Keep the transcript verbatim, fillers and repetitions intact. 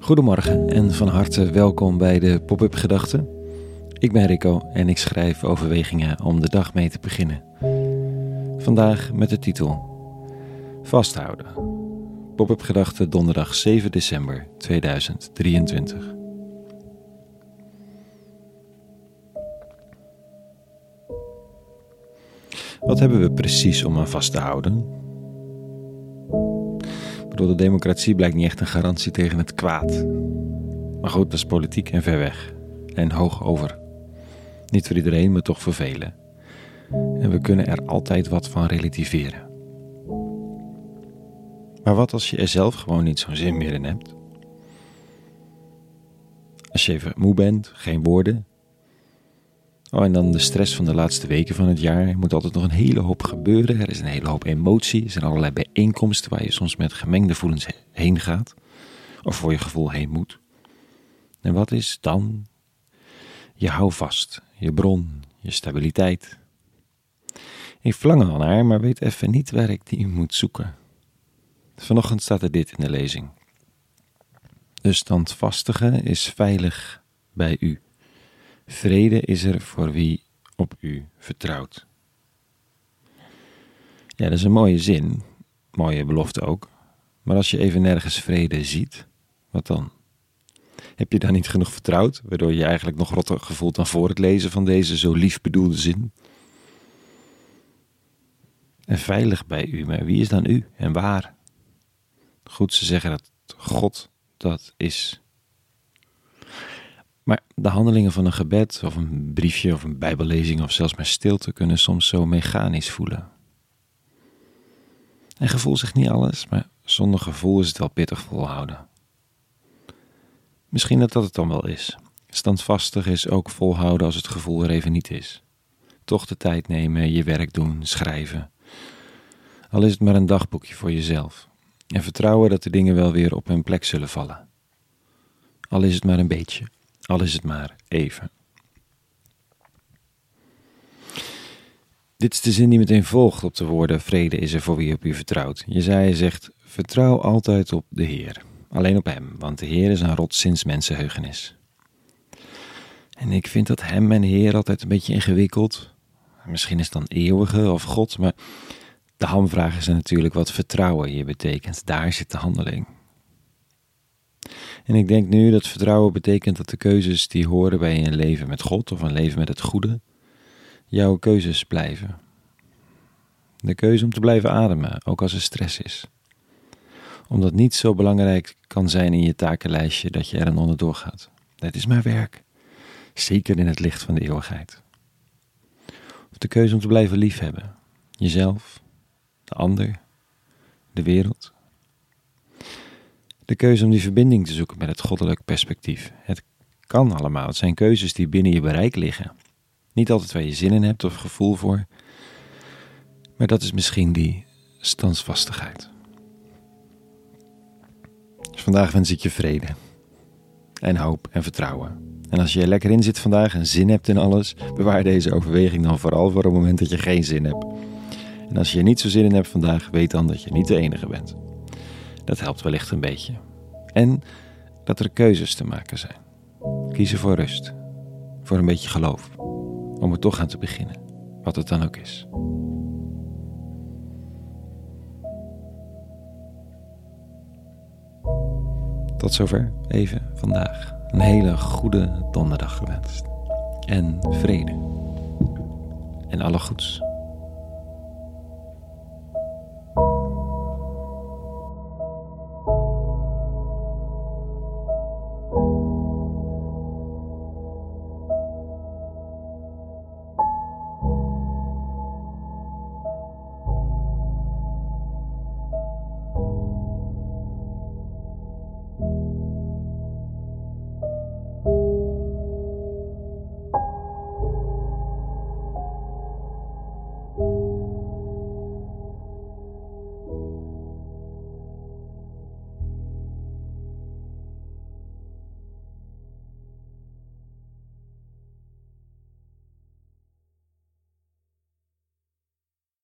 Goedemorgen en van harte welkom bij de Pop-up Gedachten. Ik ben Rico en ik schrijf overwegingen om de dag mee te beginnen. Vandaag met de titel Vasthouden. Pop-up Gedachten donderdag zeven december tweeduizend drieëntwintig. Wat hebben we precies om aan vast te houden? Ik bedoel, de democratie blijkt niet echt een garantie tegen het kwaad. Maar goed, dat is politiek en ver weg. En hoog over. Niet voor iedereen, maar toch voor velen. En we kunnen er altijd wat van relativeren. Maar wat als je er zelf gewoon niet zo'n zin meer in hebt? Als je even moe bent, geen woorden. Oh, en dan de stress van de laatste weken van het jaar. Er moet altijd nog een hele hoop gebeuren. Er is een hele hoop emotie. Er zijn allerlei bijeenkomsten waar je soms met gemengde gevoelens heen gaat. Of voor je gevoel heen moet. En wat is dan je houvast, je bron, je stabiliteit? Ik verlang er al naar, maar weet even niet waar ik die moet zoeken. Vanochtend staat er dit in de lezing. De standvastige is veilig bij u. Vrede is er voor wie op u vertrouwt. Ja, dat is een mooie zin. Mooie belofte ook. Maar als je even nergens vrede ziet, wat dan? Heb je dan niet genoeg vertrouwd, waardoor je je eigenlijk nog rotter gevoelt dan voor het lezen van deze zo lief bedoelde zin? En veilig bij u, maar wie is dan u en waar? Goed, ze zeggen dat God dat is. Maar de handelingen van een gebed of een briefje of een bijbellezing of zelfs maar stilte kunnen soms zo mechanisch voelen. En gevoel zegt niet alles, maar zonder gevoel is het wel pittig volhouden. Misschien dat dat het dan wel is. Standvastig is ook volhouden als het gevoel er even niet is. Toch de tijd nemen, je werk doen, schrijven. Al is het maar een dagboekje voor jezelf. En vertrouwen dat de dingen wel weer op hun plek zullen vallen. Al is het maar een beetje. Al is het maar even. Dit is de zin die meteen volgt op de woorden vrede is er voor wie op u vertrouwt. Jesaja zegt, vertrouw altijd op de Heer. Alleen op hem, want de Heer is een rots sinds mensenheugenis. En ik vind dat hem en Heer altijd een beetje ingewikkeld. Misschien is het dan eeuwige of God, maar de hamvraag is er natuurlijk wat vertrouwen hier betekent. Daar zit de handeling. En ik denk nu dat vertrouwen betekent dat de keuzes die horen bij een leven met God of een leven met het goede, jouw keuzes blijven. De keuze om te blijven ademen, ook als er stress is. Omdat niets zo belangrijk kan zijn in je takenlijstje dat je er een onderdoor gaat. Het is maar werk, zeker in het licht van de eeuwigheid. Of de keuze om te blijven liefhebben, jezelf, de ander, de wereld. De keuze om die verbinding te zoeken met het goddelijk perspectief. Het kan allemaal. Het zijn keuzes die binnen je bereik liggen. Niet altijd waar je zin in hebt of gevoel voor. Maar dat is misschien die standvastigheid. Dus vandaag wens ik je vrede. En hoop en vertrouwen. En als je er lekker in zit vandaag en zin hebt in alles, bewaar deze overweging dan vooral voor het moment dat je geen zin hebt. En als je er niet zo zin in hebt vandaag, weet dan dat je niet de enige bent. Dat helpt wellicht een beetje. En dat er keuzes te maken zijn. Kiezen voor rust. Voor een beetje geloof. Om er toch aan te beginnen. Wat het dan ook is. Tot zover even vandaag. Een hele goede donderdag gewenst. En vrede. En alle goeds.